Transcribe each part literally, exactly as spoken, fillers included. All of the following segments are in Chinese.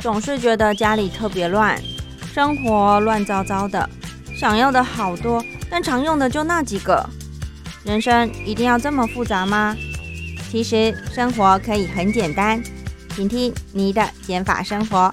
总是觉得家里特别乱，生活乱糟糟的，想要的好多，但常用的就那几个。人生一定要这么复杂吗？其实生活可以很简单，请听你的减法生活。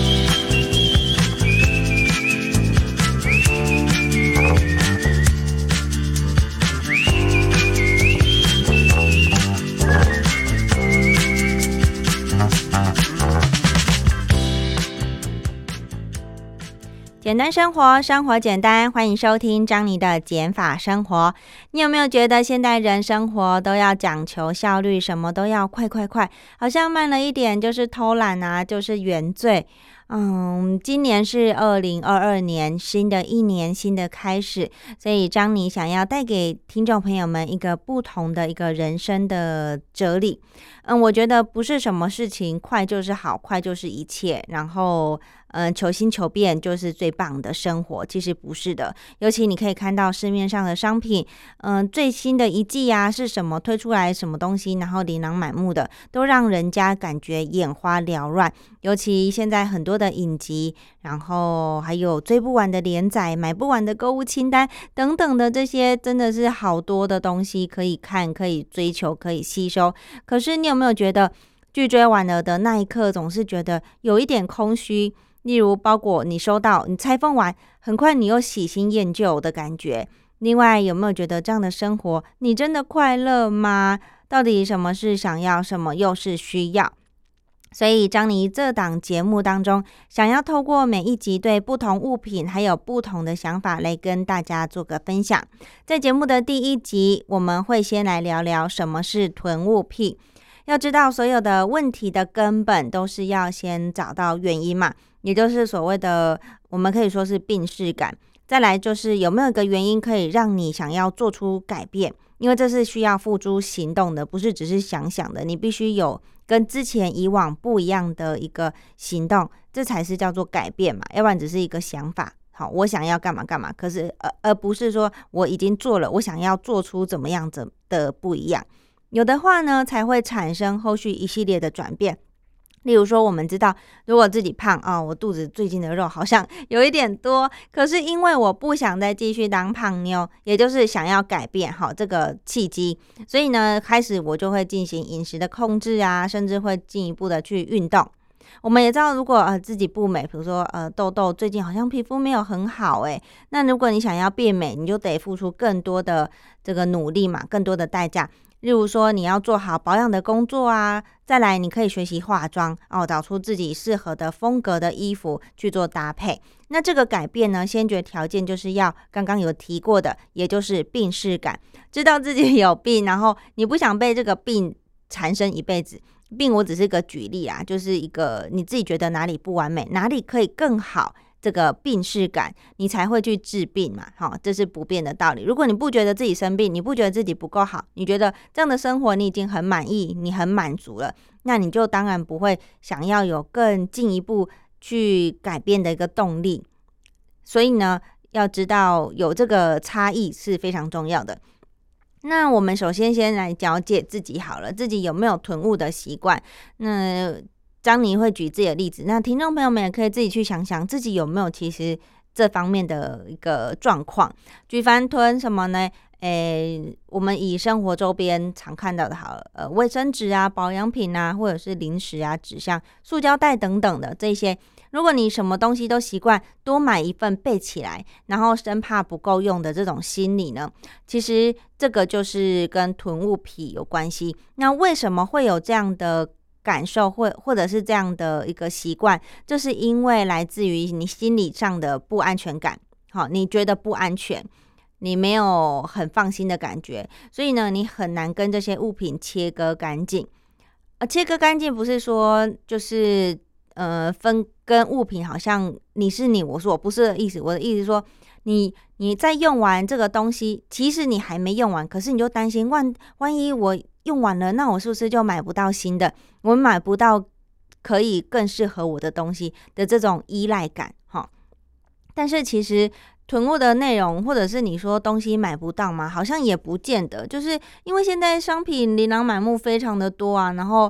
简单生活，生活简单，欢迎收听张妮的减法生活。你有没有觉得现代人生活都要讲求效率，什么都要快快快，好像慢了一点就是偷懒啊，就是原罪。嗯，今年是二零二二年，新的一年，新的开始，所以张妮想要带给听众朋友们一个不同的一个人生的哲理。嗯，我觉得不是什么事情快就是好，快就是一切，然后嗯，求新求变就是最棒的生活，其实不是的。尤其你可以看到市面上的商品，嗯，最新的一季啊是什么推出来什么东西，然后琳琅满目的，都让人家感觉眼花缭乱。尤其现在很多的影集，然后还有追不完的连载，买不完的购物清单等等的，这些真的是好多的东西可以看，可以追求，可以吸收。可是你有没有觉得剧追完了的那一刻，总是觉得有一点空虚？例如包裹你收到，你拆封完，很快你又喜新厌旧的感觉。另外，有没有觉得这样的生活，你真的快乐吗？到底什么是想要，什么又是需要？所以张妮这档节目当中，想要透过每一集对不同物品还有不同的想法来跟大家做个分享。在节目的第一集，我们会先来聊聊什么是囤物癖。要知道所有的问题的根本都是要先找到原因嘛，也就是所谓的我们可以说是病识感。再来就是有没有一个原因可以让你想要做出改变，因为这是需要付诸行动的，不是只是想想的，你必须有跟之前以往不一样的一个行动，这才是叫做改变嘛，要不然只是一个想法。好，我想要干嘛干嘛，可是而而不是说我已经做了，我想要做出怎么样子的不一样。有的话呢，才会产生后续一系列的转变。例如说，我们知道，如果自己胖啊、哦，我肚子最近的肉好像有一点多，可是因为我不想再继续当胖妞，也就是想要改变好这个契机，所以呢，开始我就会进行饮食的控制啊，甚至会进一步的去运动。我们也知道，如果呃自己不美，比如说呃痘痘最近好像皮肤没有很好诶，那如果你想要变美，你就得付出更多的这个努力嘛，更多的代价。例如说你要做好保养的工作啊，再来你可以学习化妆哦，找出自己适合的风格的衣服去做搭配。那这个改变呢，先决条件就是要刚刚有提过的，也就是病识感，知道自己有病，然后你不想被这个病缠身一辈子。病我只是个举例啊，就是一个你自己觉得哪里不完美，哪里可以更好，这个病识感你才会去治病嘛，好，这是不变的道理。如果你不觉得自己生病，你不觉得自己不够好，你觉得这样的生活你已经很满意，你很满足了，那你就当然不会想要有更进一步去改变的一个动力。所以呢，要知道有这个差异是非常重要的。那我们首先先来了解自己好了，自己有没有囤物的习惯？那张妮会举自己的例子，那听众朋友们也可以自己去想想自己有没有其实这方面的一个状况。举凡囤什么呢？诶，我们以生活周边常看到的好了，呃，卫生纸啊、保养品啊，或者是零食啊、纸箱、塑胶袋等等的这些。如果你什么东西都习惯多买一份备起来，然后生怕不够用的这种心理呢，其实这个就是跟囤物癖有关系。那为什么会有这样的感受，或或者是这样的一个习惯？就是因为来自于你心理上的不安全感。好，你觉得不安全，你没有很放心的感觉，所以呢，你很难跟这些物品切割干净。呃，切割干净不是说就是呃分跟物品好像你是你我是我，不是的意思。我的意思是说，你你在用完这个东西，其实你还没用完，可是你就担心万万一我用完了，那我是不是就买不到新的？我买不到可以更适合我的东西的这种依赖感哈。但是其实囤物的内容，或者是你说东西买不到吗？好像也不见得，就是因为现在商品琳琅满目，非常的多啊。然后，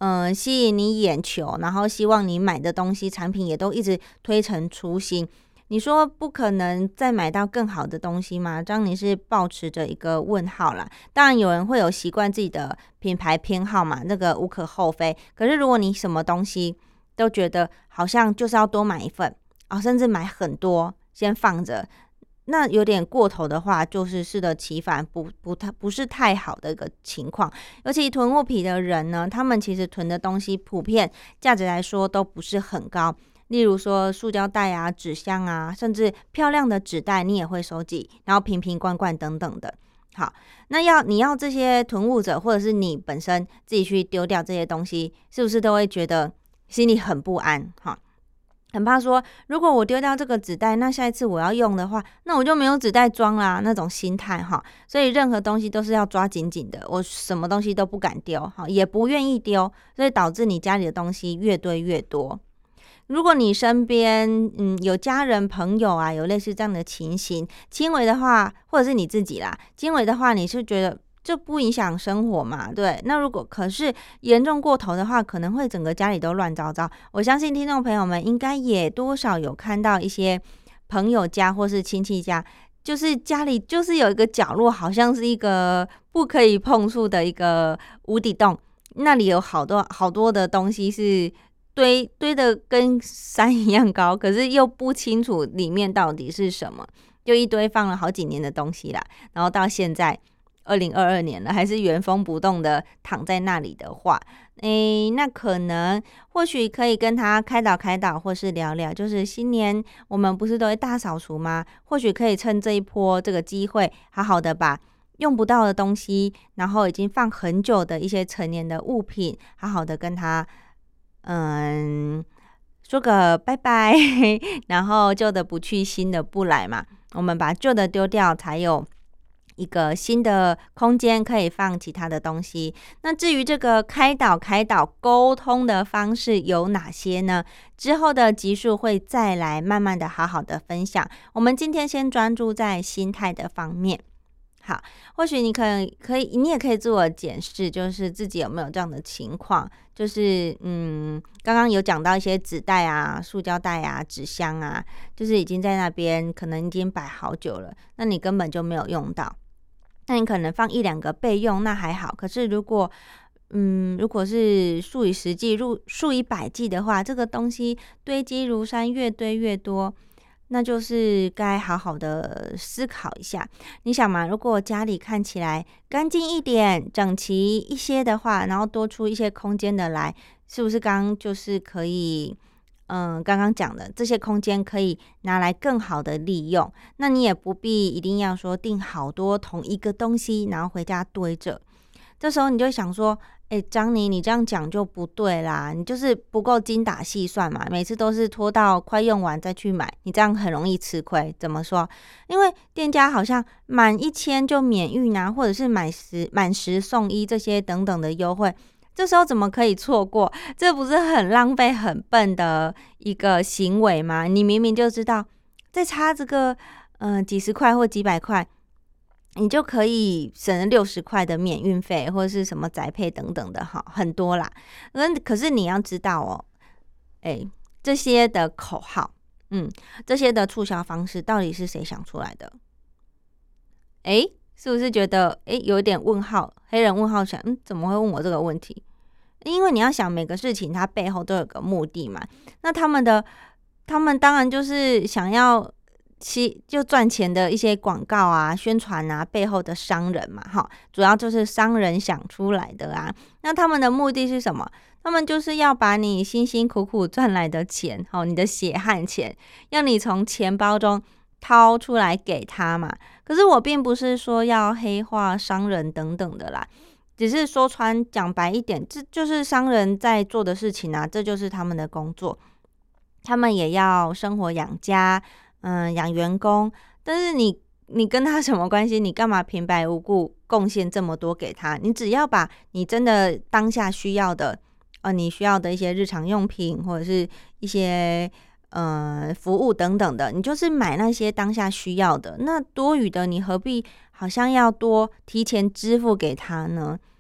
呃吸引你眼球，然后希望你买的东西产品也都一直推陈出新。你说不可能再买到更好的东西吗？这样你是抱持着一个问号啦。当然有人会有习惯自己的品牌偏好嘛，那个无可厚非。可是如果你什么东西都觉得好像就是要多买一份啊、哦，甚至买很多先放着，那有点过头的话，就是适得其反，不不太不是太好的一个情况。尤其囤物癖的人呢，他们其实囤的东西普遍价值来说都不是很高。例如说塑胶袋啊、纸箱啊，甚至漂亮的纸袋你也会收集，然后瓶瓶罐罐等等的。好，那要你要这些囤物者，或者是你本身自己去丢掉这些东西，是不是都会觉得心里很不安？哈，很怕说，如果我丢掉这个纸袋，那下一次我要用的话，那我就没有纸袋装啦，那种心态哈。所以任何东西都是要抓紧紧的，我什么东西都不敢丢，哈，也不愿意丢，所以导致你家里的东西越堆越多。如果你身边嗯有家人朋友啊，有类似这样的情形，轻微的话，或者是你自己啦，轻微的话，你是觉得这不影响生活嘛？对，那如果可是严重过头的话，可能会整个家里都乱糟糟。我相信听众朋友们应该也多少有看到一些朋友家或是亲戚家，就是家里就是有一个角落，好像是一个不可以碰触的一个无底洞，那里有好多好多的东西是。堆堆的跟山一样高，可是又不清楚里面到底是什么，就一堆放了好几年的东西啦。然后到现在二零二二年了，还是原封不动的躺在那里的话，诶，那可能或许可以跟他开导开导，或是聊聊，就是新年我们不是都会大扫除吗？或许可以趁这一波这个机会，好好的把用不到的东西，然后已经放很久的一些陈年的物品，好好的跟他。嗯，说个拜拜，然后旧的不去，新的不来嘛。我们把旧的丢掉，才有一个新的空间可以放其他的东西。那至于这个开导、开导、沟通的方式有哪些呢？之后的集数会再来慢慢的好好的分享。我们今天先专注在心态的方面。好，或许你可以可以，你也可以自我检视，就是自己有没有这样的情况，就是嗯，刚刚有讲到一些纸袋啊、塑胶袋啊、纸箱啊，就是已经在那边可能已经摆好久了，那你根本就没有用到，那你可能放一两个备用，那还好。可是如果嗯，如果是数以十计、数数以百计的话，这个东西堆积如山，越堆越多。那就是该好好的思考一下。你想嘛，如果家里看起来干净一点、整齐一些的话，然后多出一些空间的来，是不是刚刚就是可以，嗯，刚刚讲的这些空间可以拿来更好的利用？那你也不必一定要说订好多同一个东西，然后回家堆着。这时候你就想说，哎，张妮，你这样讲就不对啦，你就是不够精打细算嘛，每次都是拖到快用完再去买，你这样很容易吃亏。怎么说？因为店家好像满一千就免运啊，或者是买十满十送一这些等等的优惠，这时候怎么可以错过？这不是很浪费、很笨的一个行为吗？你明明就知道再差这个嗯、呃、几十块或几百块。你就可以省了六十块的免运费，或者是什么宅配等等的，哈，很多啦。嗯，可是你要知道哦，哎，这些的口号，嗯，这些的促销方式，到底是谁想出来的？哎，是不是觉得哎有一点问号？黑人问号想，嗯，怎么会问我这个问题？因为你要想每个事情它背后都有个目的嘛。那他们的，他们当然就是想要。其就赚钱的一些广告啊、宣传啊，背后的商人嘛，哈，主要就是商人想出来的啊。那他们的目的是什么？他们就是要把你辛辛苦苦赚来的钱，哈，你的血汗钱，要你从钱包中掏出来给他嘛。可是我并不是说要黑化商人等等的啦，只是说穿讲白一点，这就是商人在做的事情啊，这就是他们的工作，他们也要生活养家。嗯，养员工，但是你你跟他什么关系？你干嘛平白无故贡献这么多给他？你只要把你真的当下需要的，呃，你需要的一些日常用品或者是一些呃服务等等的，你就是买那些当下需要的。那多余的，你何必好像要多提前支付给他呢？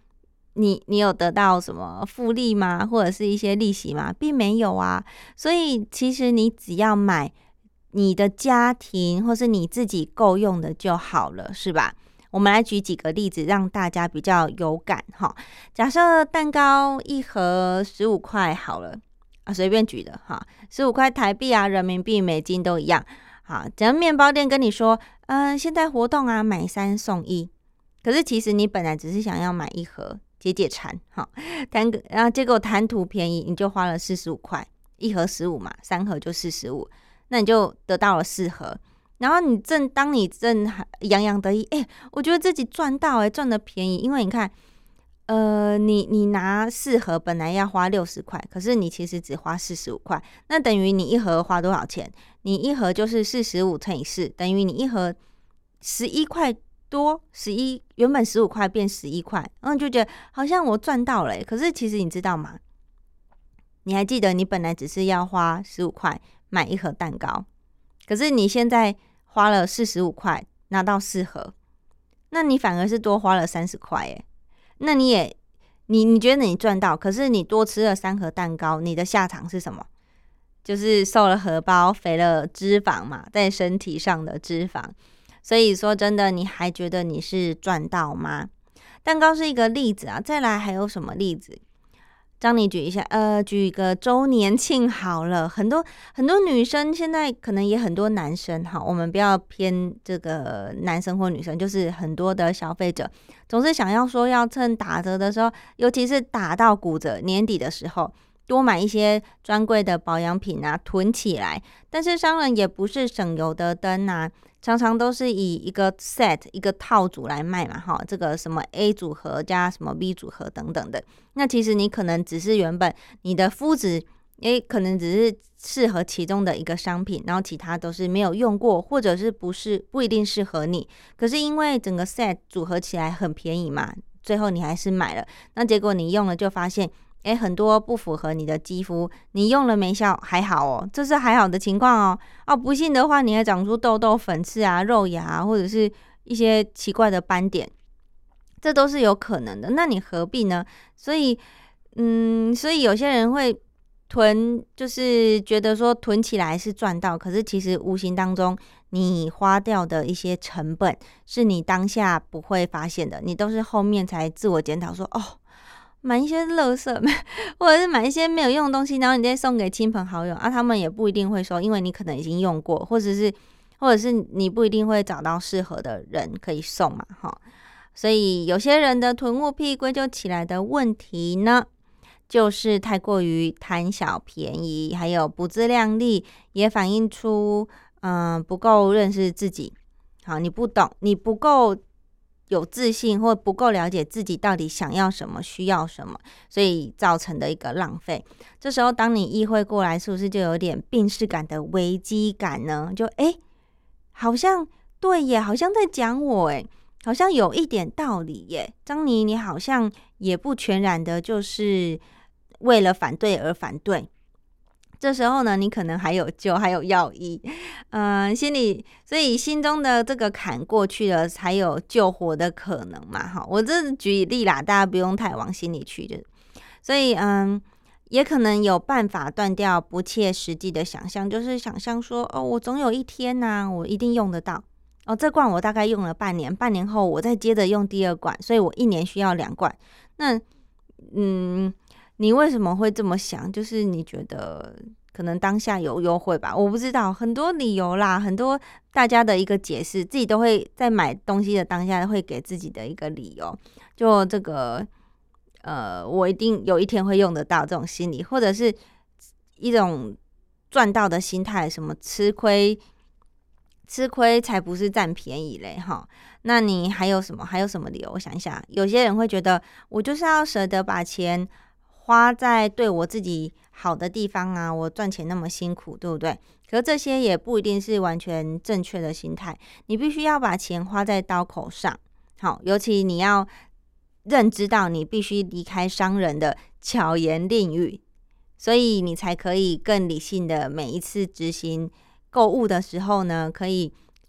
你你有得到什么复利吗？或者是一些利息吗？并没有啊。所以其实你只要买你的家庭或是你自己够用的就好了，是吧？我们来举几个例子让大家比较有感哈。假设蛋糕一盒十五块好了啊，随便举的哈，十五块台币啊，人民币、美金都一样。好，假如面包店跟你说，嗯、呃，现在活动啊，买三送一，可是其实你本来只是想要买一盒解解馋，哈，谈个，然后结果谈图便宜，你就花了四十五块，一盒十五嘛，三盒就四十五，那你就得到了四盒。然后你正当你正洋洋得意，哎、欸，我觉得自己赚到、欸，哎，赚的便宜，因为你看，呃，你你拿四盒本来要花六十块，可是你其实只花四十五块，那等于你一盒花多少钱？你一盒就是四十五乘以四，等于你一盒十一块多，十一原本十五块变十一块，然后你就觉得好像我赚到了、欸，可是其实你知道吗？你还记得你本来只是要花十五块买一盒蛋糕，可是你现在花了四十五块拿到四盒，那你反而是多花了三十块耶。那你也你你觉得你赚到，可是你多吃了三盒蛋糕，你的下场是什么？就是瘦了荷包，肥了脂肪嘛，在身体上的脂肪。所以说真的，你还觉得你是赚到吗？蛋糕是一个例子啊，再来还有什么例子？张你举一下，呃，举一个周年庆好了。很多很多女生现在可能也很多男生哈，我们不要偏这个男生或女生，就是很多的消费者总是想要说要趁打折的时候，尤其是打到骨折年底的时候，多买一些专柜的保养品啊，囤起来。但是商人也不是省油的灯啊，常常都是以一个 set 一个套组来卖嘛，哈，这个什么 A 组合加什么 B 组合等等的。那其实你可能只是原本你的肤质，诶，可能只是适合其中的一个商品，然后其他都是没有用过，或者是不是不一定适合你。可是因为整个 set 组合起来很便宜嘛，最后你还是买了。那结果你用了就发现，诶，很多不符合你的肌肤，你用了没效，还好哦，这是还好的情况哦。哦，不幸的话，你还长出痘痘、粉刺啊、肉芽啊，或者是一些奇怪的斑点，这都是有可能的。那你何必呢？所以，嗯，所以有些人会囤，就是觉得说囤起来是赚到，可是其实无形当中你花掉的一些成本，是你当下不会发现的，你都是后面才自我检讨说，哦。买一些垃圾，或者是买一些没有用的东西，然后你再送给亲朋好友啊，他们也不一定会收，因为你可能已经用过，或者是或者是你不一定会找到适合的人可以送嘛，哈。所以有些人的囤物癖归咎起来的问题呢，就是太过于贪小便宜，还有不自量力，也反映出嗯、呃、不够认识自己。好，你不懂，你不够有自信，或不够了解自己到底想要什么、需要什么，所以造成的一个浪费。这时候，当你意会过来，是不是就有点病识感的危机感呢？就哎，好像对耶，好像在讲我哎，好像有一点道理耶。张妮，你好像也不全然的就是为了反对而反对。这时候呢，你可能还有救，还有药医，嗯、呃，心里，所以心中的这个坎过去了，才有救活的可能嘛。哈，我这举例啦，大家不用太往心里去，就所以，嗯，也可能有办法断掉不切实际的想象，就是想象说，哦，我总有一天呢、啊，我一定用得到。哦，这罐我大概用了半年，半年后我再接着用第二罐，所以我一年需要两罐。那，嗯。你为什么会这么想？就是你觉得可能当下有优惠吧，我不知道，很多理由啦，很多大家的一个解释，自己都会在买东西的当下会给自己的一个理由，就这个呃，我一定有一天会用得到这种心理，或者是一种赚到的心态，什么吃亏。吃亏才不是占便宜嘞哈，那你还有什么？还有什么理由？我想一下，有些人会觉得我就是要舍得把钱花在对我自己好的地方啊，我赚钱那么辛苦，对不对？可是这些也不一定是完全正确的心态，你必须要把钱花在刀口上。好，尤其你要认知到你必须离开商人的巧言令语，所以你才可以更理性的每一次执行购物的时候呢，可以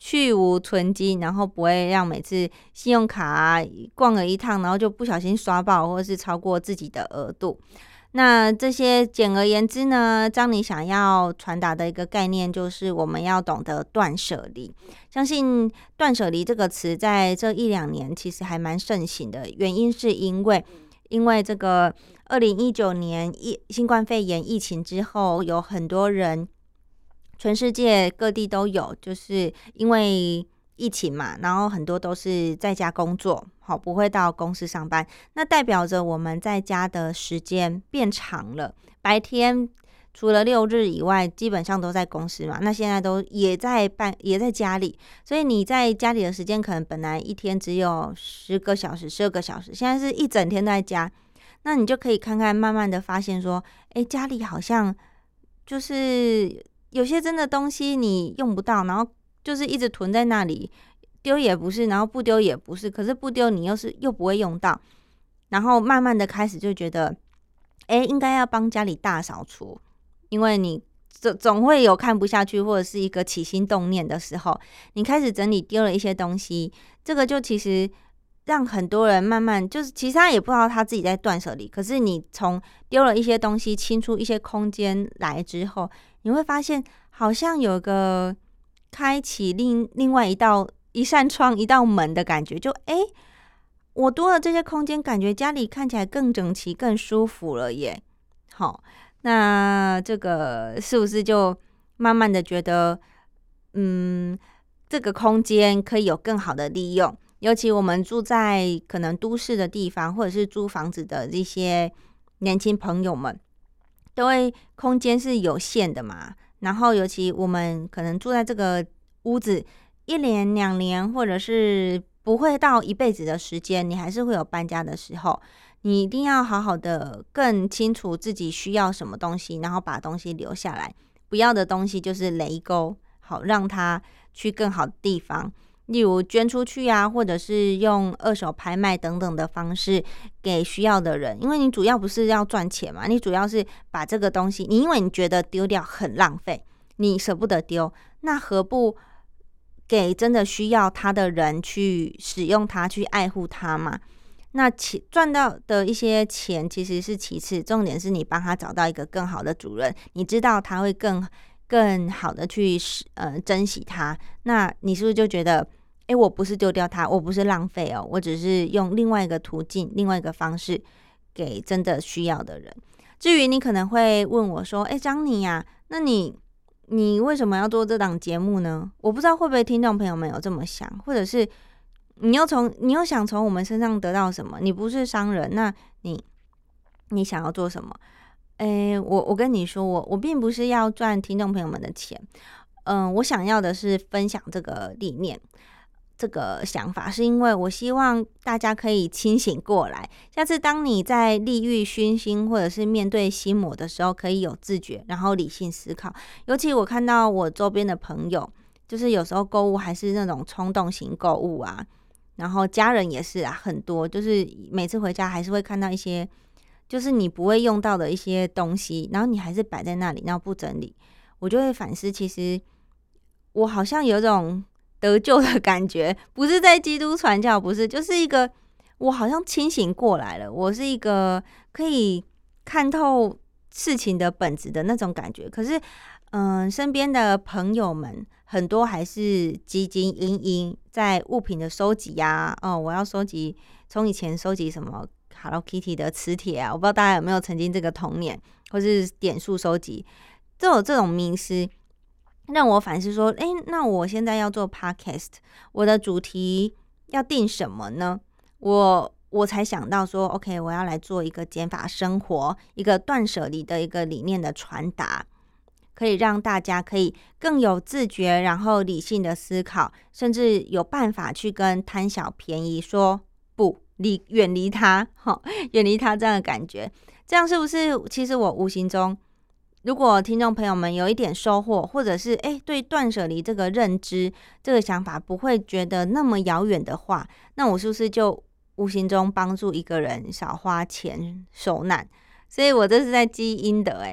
去无存菁，然后不会让每次信用卡啊逛了一趟，然后就不小心刷爆或是超过自己的额度。那这些简而言之呢，张妮想要传达的一个概念就是我们要懂得断舍离。相信断舍离这个词在这一两年其实还蛮盛行的，原因是因为因为这个二零一九年疫新冠肺炎疫情之后，有很多人全世界各地都有，就是因为疫情嘛，然后很多都是在家工作，好，不会到公司上班，那代表着我们在家的时间变长了。白天除了六日以外，基本上都在公司嘛，那现在都也在办，也在家里，所以你在家里的时间可能本来一天只有十个小时、十二个小时，现在是一整天都在家。那你就可以看看，慢慢的发现说，哎，家里好像就是有些真的东西你用不到，然后就是一直囤在那里，丢也不是，然后不丢也不是，可是不丢你又是又不会用到，然后慢慢的开始就觉得，哎，应该要帮家里大扫除，因为你总总会有看不下去或者是一个起心动念的时候，你开始整理丢了一些东西，这个就其实让很多人慢慢就是，其实他也不知道他自己在断舍离，可是你从丢了一些东西清出一些空间来之后，你会发现好像有个开启另另外一道一扇窗一道门的感觉，就哎，我多了这些空间，感觉家里看起来更整齐更舒服了耶。好，那这个是不是就慢慢的觉得嗯这个空间可以有更好的利用？尤其我们住在可能都市的地方，或者是租房子的这些年轻朋友们，都会空间是有限的嘛。然后尤其我们可能住在这个屋子一年两年，或者是不会到一辈子的时间，你还是会有搬家的时候。你一定要好好的更清楚自己需要什么东西，然后把东西留下来，不要的东西就是雷勾，好让它去更好的地方。例如捐出去啊，或者是用二手拍卖等等的方式给需要的人，因为你主要不是要赚钱嘛，你主要是把这个东西，你因为你觉得丢掉很浪费，你舍不得丢，那何不给真的需要它的人去使用它，去爱护它嘛？那赚到的一些钱其实是其次，重点是你帮他找到一个更好的主人，你知道他会更更好的去呃珍惜它，那你是不是就觉得，哎，我不是丢掉它，我不是浪费哦，我只是用另外一个途径、另外一个方式给真的需要的人。至于你可能会问我说，哎，张妮呀，那你你为什么要做这档节目呢？我不知道会不会听众朋友们有这么想，或者是你又从你又想从我们身上得到什么？你不是商人，那你你想要做什么？诶，我我跟你说，我我并不是要赚听众朋友们的钱，嗯、呃，我想要的是分享这个理念，这个想法，是因为我希望大家可以清醒过来。下次当你在利欲熏心或者是面对心魔的时候，可以有自觉，然后理性思考。尤其我看到我周边的朋友，就是有时候购物还是那种冲动型购物啊。然后家人也是啊，很多就是每次回家还是会看到一些就是你不会用到的一些东西，然后你还是摆在那里，然后不整理，我就会反思，其实我好像有种得救的感觉，不是在基督传教，不是，就是一个我好像清醒过来了，我是一个可以看透事情的本质的那种感觉。可是嗯，身边的朋友们很多还是汲汲营营在物品的收集呀、啊，哦，我要收集，从以前收集什么 Hello Kitty 的磁铁啊，我不知道大家有没有曾经这个童年，或是点数收集，都有这种迷思，让我反思说，诶，那我现在要做 Podcast， 我的主题要定什么呢？我我才想到说 ，OK， 我要来做一个减法生活，一个断舍离的一个理念的传达。可以让大家可以更有自觉，然后理性的思考，甚至有办法去跟贪小便宜说不，离远离它，远离它这样的感觉。这样是不是其实我无形中，如果听众朋友们有一点收获，或者是诶对断舍离这个认知、这个想法不会觉得那么遥远的话，那我是不是就无形中帮助一个人少花钱受难？所以我这是在积阴德诶。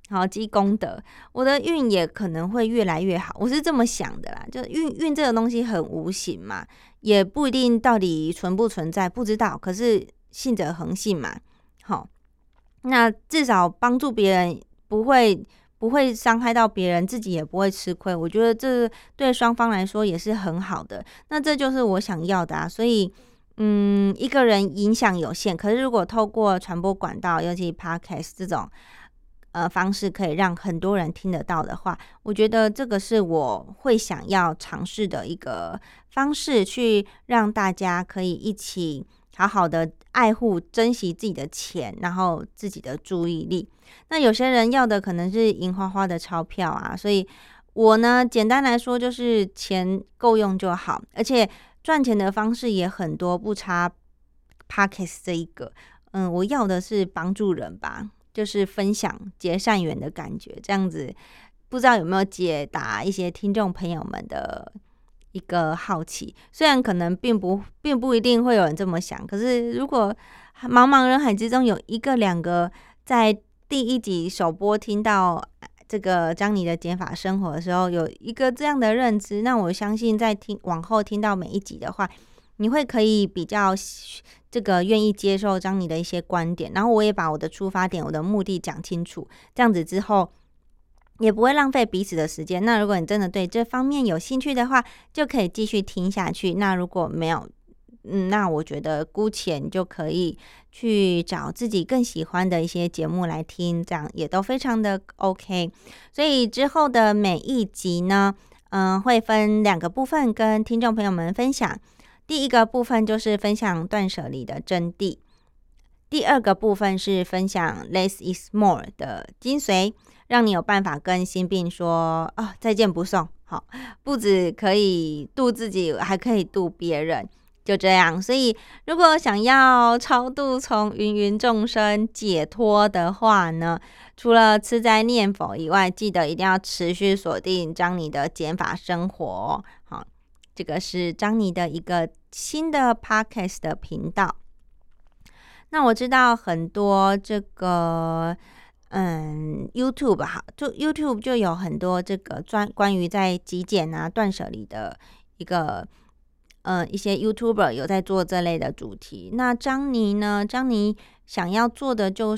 好积功德，我的运也可能会越来越好，我是这么想的啦。就运运这个东西很无形嘛，也不一定到底存不存在，不知道。可是信者恒信嘛，好，那至少帮助别人不会不会伤害到别人，自己也不会吃亏。我觉得这对双方来说也是很好的。那这就是我想要的啊，所以。嗯，一个人影响有限，可是如果透过传播管道，尤其 Podcast 这种呃方式，可以让很多人听得到的话，我觉得这个是我会想要尝试的一个方式，去让大家可以一起好好的爱护、珍惜自己的钱，然后自己的注意力。那有些人要的可能是银花花的钞票啊，所以我呢，简单来说就是钱够用就好，而且。赚钱的方式也很多，不差 Podcast 这一个。嗯，我要的是帮助人吧，就是分享结善缘的感觉，这样子不知道有没有解答一些听众朋友们的一个好奇。虽然可能并不并不一定会有人这么想，可是如果茫茫人海之中有一个两个在第一集首播听到。这个张你的减法生活的时候，有一个这样的认知，那我相信在听往后听到每一集的话，你会可以比较这个愿意接受张你的一些观点，然后我也把我的出发点、我的目的讲清楚，这样子之后也不会浪费彼此的时间。那如果你真的对这方面有兴趣的话，就可以继续听下去。那如果没有，嗯，那我觉得姑且你就可以去找自己更喜欢的一些节目来听，这样也都非常的 OK。所以之后的每一集呢，嗯、呃，会分两个部分跟听众朋友们分享。第一个部分就是分享断舍离的真谛，第二个部分是分享 less is more 的精髓，让你有办法跟心病说啊、哦、再见不送。好，不止可以度自己，还可以度别人。就这样，所以如果想要超度从芸芸众生解脱的话呢，除了吃斋念佛以外，记得一定要持续锁定张你的减法生活。好，这个是张你的一个新的 podcast 的频道。那我知道很多这个嗯 YouTube 哈，就 YouTube 就有很多这个专关于在极简啊断舍离的一个。呃，一些 YouTuber 有在做这类的主题。那张妮呢？张妮想要做的就是，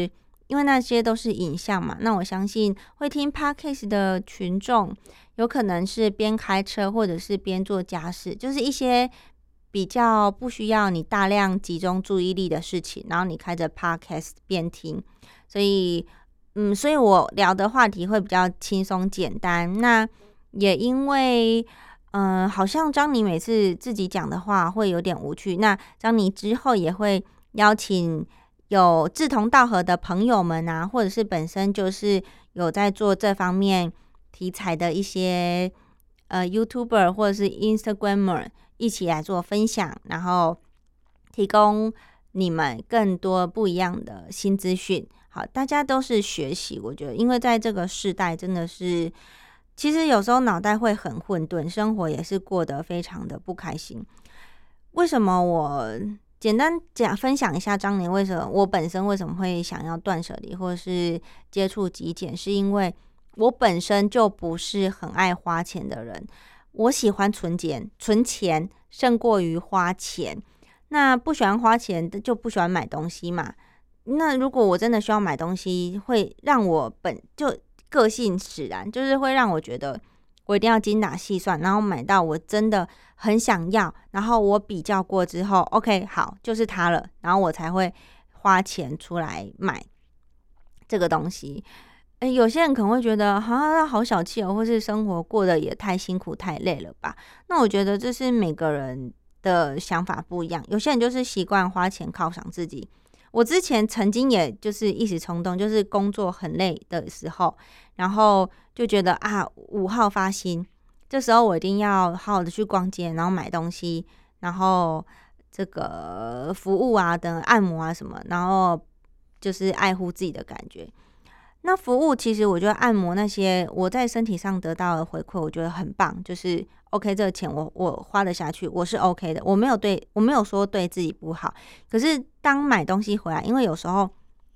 因为那些都是影像嘛。那我相信会听 Podcast 的群众，有可能是边开车或者是边做家事，就是一些比较不需要你大量集中注意力的事情，然后你开着 Podcast 边听。所以，嗯，所以我聊的话题会比较轻松简单。那也因为。嗯，好像张妮每次自己讲的话会有点无趣。那张妮之后也会邀请有志同道合的朋友们啊，或者是本身就是有在做这方面题材的一些呃 YouTuber 或者是 Instagrammer 一起来做分享，然后提供你们更多不一样的新资讯。好，大家都是学习，我觉得，因为在这个世代真的是。其实有时候脑袋会很混沌，生活也是过得非常的不开心。为什么我简单讲分享一下张年为什么我本身为什么会想要断舍离或者是接触极简，是因为我本身就不是很爱花钱的人，我喜欢存钱，存钱胜过于花钱。那不喜欢花钱就不喜欢买东西嘛。那如果我真的需要买东西，会让我本就。个性使然，就是会让我觉得我一定要精打细算，然后买到我真的很想要，然后我比较过之后 OK 好就是它了，然后我才会花钱出来买这个东西。诶，有些人可能会觉得啊好小气哦，或是生活过得也太辛苦太累了吧。那我觉得这是每个人的想法不一样，有些人就是习惯花钱犒赏自己。我之前曾经也就是一时冲动，就是工作很累的时候，然后就觉得啊五号发薪，这时候我一定要好好的去逛街，然后买东西，然后这个服务啊等按摩啊什么，然后就是爱护自己的感觉。那服务其实我觉得按摩那些我在身体上得到的回馈，我觉得很棒，就是 OK 这个钱我我花得下去，我是 OK 的，我没有对我没有说对自己不好。可是当买东西回来，因为有时候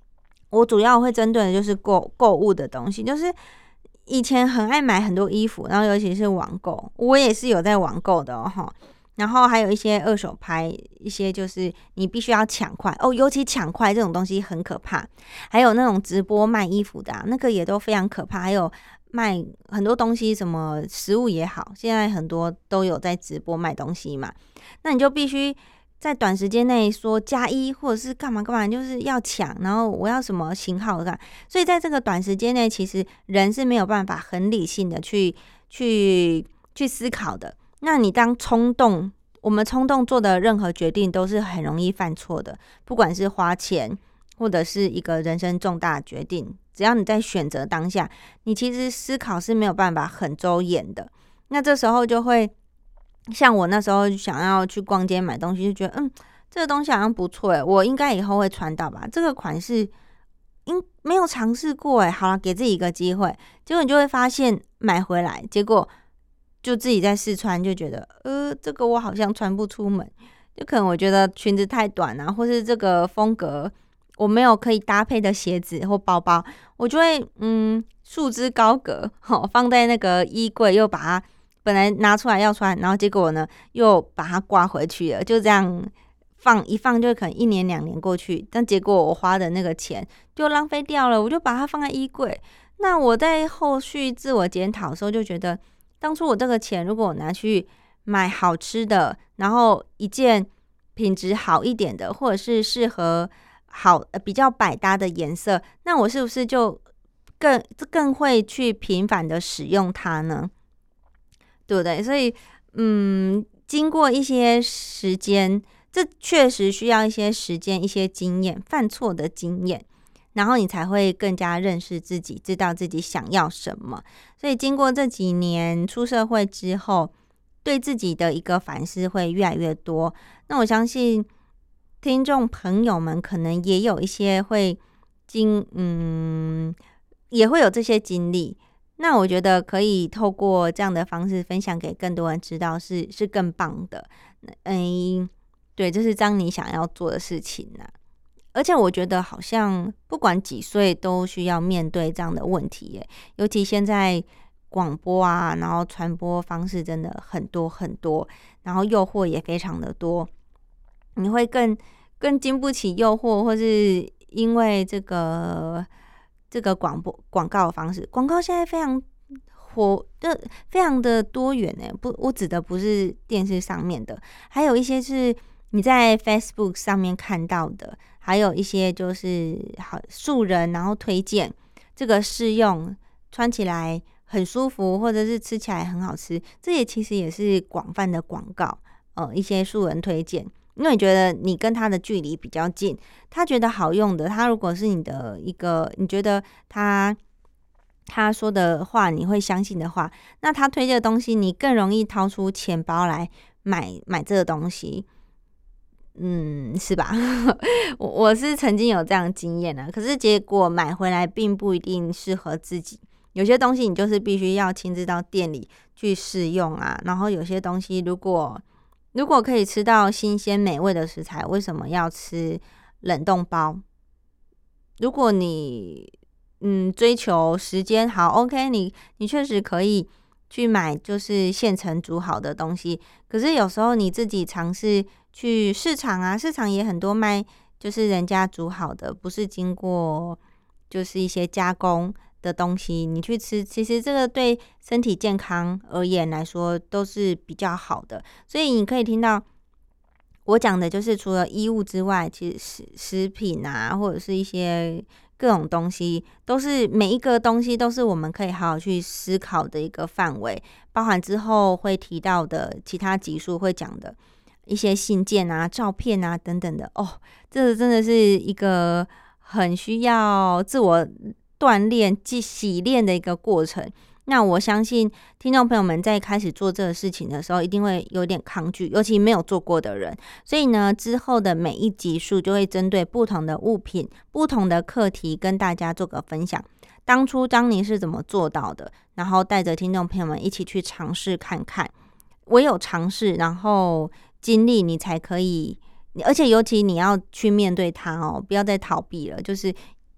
我主要会针对的就是购购物的东西，就是以前很爱买很多衣服，然后尤其是网购，我也是有在网购的哦。然后还有一些二手拍，一些就是你必须要抢快哦，尤其抢快这种东西很可怕。还有那种直播卖衣服的、啊，那个也都非常可怕。还有卖很多东西，什么食物也好，现在很多都有在直播卖东西嘛。那你就必须在短时间内说加一，或者是干嘛干嘛，就是要抢，然后我要什么型号的，所以在这个短时间内，其实人是没有办法很理性的去去去思考的。那你当冲动，我们冲动做的任何决定都是很容易犯错的，不管是花钱或者是一个人生重大的决定，只要你在选择当下，你其实思考是没有办法很周延的。那这时候就会像我那时候想要去逛街买东西，就觉得嗯，这个东西好像不错诶，我应该以后会穿到吧，这个款式应没有尝试过诶，好了，给自己一个机会，结果你就会发现买回来，结果就自己在试穿，就觉得呃，这个我好像穿不出门，就可能我觉得裙子太短啊，或是这个风格我没有可以搭配的鞋子或包包，我就会嗯束之高阁，好放在那个衣柜，又把它本来拿出来要穿，然后结果呢又把它挂回去了，就这样放一放就可能一年两年过去，但结果我花的那个钱就浪费掉了，我就把它放在衣柜。那我在后续自我检讨的时候就觉得，当初我这个钱如果我拿去买好吃的，然后一件品质好一点的，或者是适合好、呃、比较百搭的颜色，那我是不是就更更会去频繁的使用它呢？对不对？所以嗯，经过一些时间，这确实需要一些时间、一些经验，犯错的经验，然后你才会更加认识自己，知道自己想要什么。所以经过这几年出社会之后，对自己的一个反思会越来越多。那我相信听众朋友们可能也有一些会经嗯，也会有这些经历。那我觉得可以透过这样的方式分享给更多人知道是，是更棒的。嗯，对，这是当你想要做的事情呢、啊。而且我觉得好像不管几岁都需要面对这样的问题耶，尤其现在广播啊，然后传播方式真的很多很多，然后诱惑也非常的多，你会更更经不起诱惑，或是因为这个这个广播广告的方式，广告现在非常火的，非常的多元呢。不，我指的不是电视上面的，还有一些是你在 Facebook 上面看到的，还有一些就是好素人，然后推荐这个试用，穿起来很舒服，或者是吃起来很好吃，这也其实也是广泛的广告。呃，一些素人推荐，因为你觉得你跟他的距离比较近，他觉得好用的，他如果是你的一个，你觉得他他说的话你会相信的话，那他推荐的东西你更容易掏出钱包来买买这个东西。嗯，是吧？我我是曾经有这样的经验的，可是结果买回来并不一定适合自己。有些东西你就是必须要亲自到店里去试用啊，然后有些东西如果如果可以吃到新鲜美味的食材，为什么要吃冷冻包？如果你嗯追求时间好 ，OK， 你你确实可以去买就是现成煮好的东西。可是有时候你自己尝试去市场啊，市场也很多卖就是人家煮好的，不是经过就是一些加工的东西，你去吃，其实这个对身体健康而言来说都是比较好的。所以你可以听到我讲的就是除了衣物之外，其实食食品啊，或者是一些各种东西，都是每一个东西都是我们可以好好去思考的一个范围，包含之后会提到的其他集数会讲的一些信件啊、照片啊等等的。哦，这真的是一个很需要自我锻炼、即洗练的一个过程。那我相信听众朋友们在开始做这个事情的时候，一定会有点抗拒，尤其没有做过的人。所以呢，之后的每一集数就会针对不同的物品、不同的课题，跟大家做个分享。当初张妮是怎么做到的？然后带着听众朋友们一起去尝试看看。唯有尝试，然后经历，你才可以。而且尤其你要去面对它哦，不要再逃避了。就是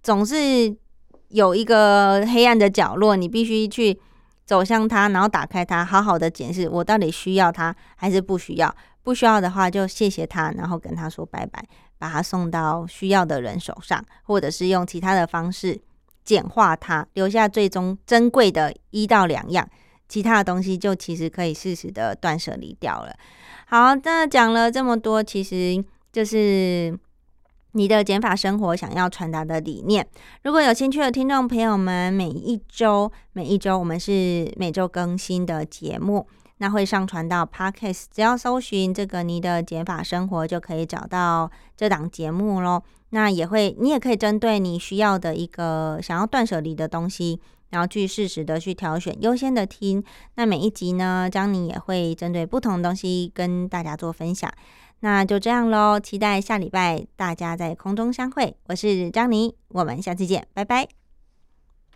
总是有一个黑暗的角落，你必须去走向它，然后打开它，好好的检视我到底需要它还是不需要。不需要的话就谢谢他，然后跟他说拜拜，把它送到需要的人手上，或者是用其他的方式简化它，留下最终珍贵的一到两样，其他的东西就其实可以适时的断舍离掉了。好，那讲了这么多，其实就是你的减法生活想要传达的理念。如果有兴趣的听众朋友们，每一周每一周我们是每周更新的节目，那会上传到 Podcast， 只要搜寻这个你的减法生活就可以找到这档节目咯。那也会你也可以针对你需要的一个想要断舍离的东西，然后去适时的去挑选，优先的听。那每一集呢，张妮也会针对不同的东西跟大家做分享。那就这样咯，期待下礼拜大家在空中相会。我是张妮，我们下次见，拜拜。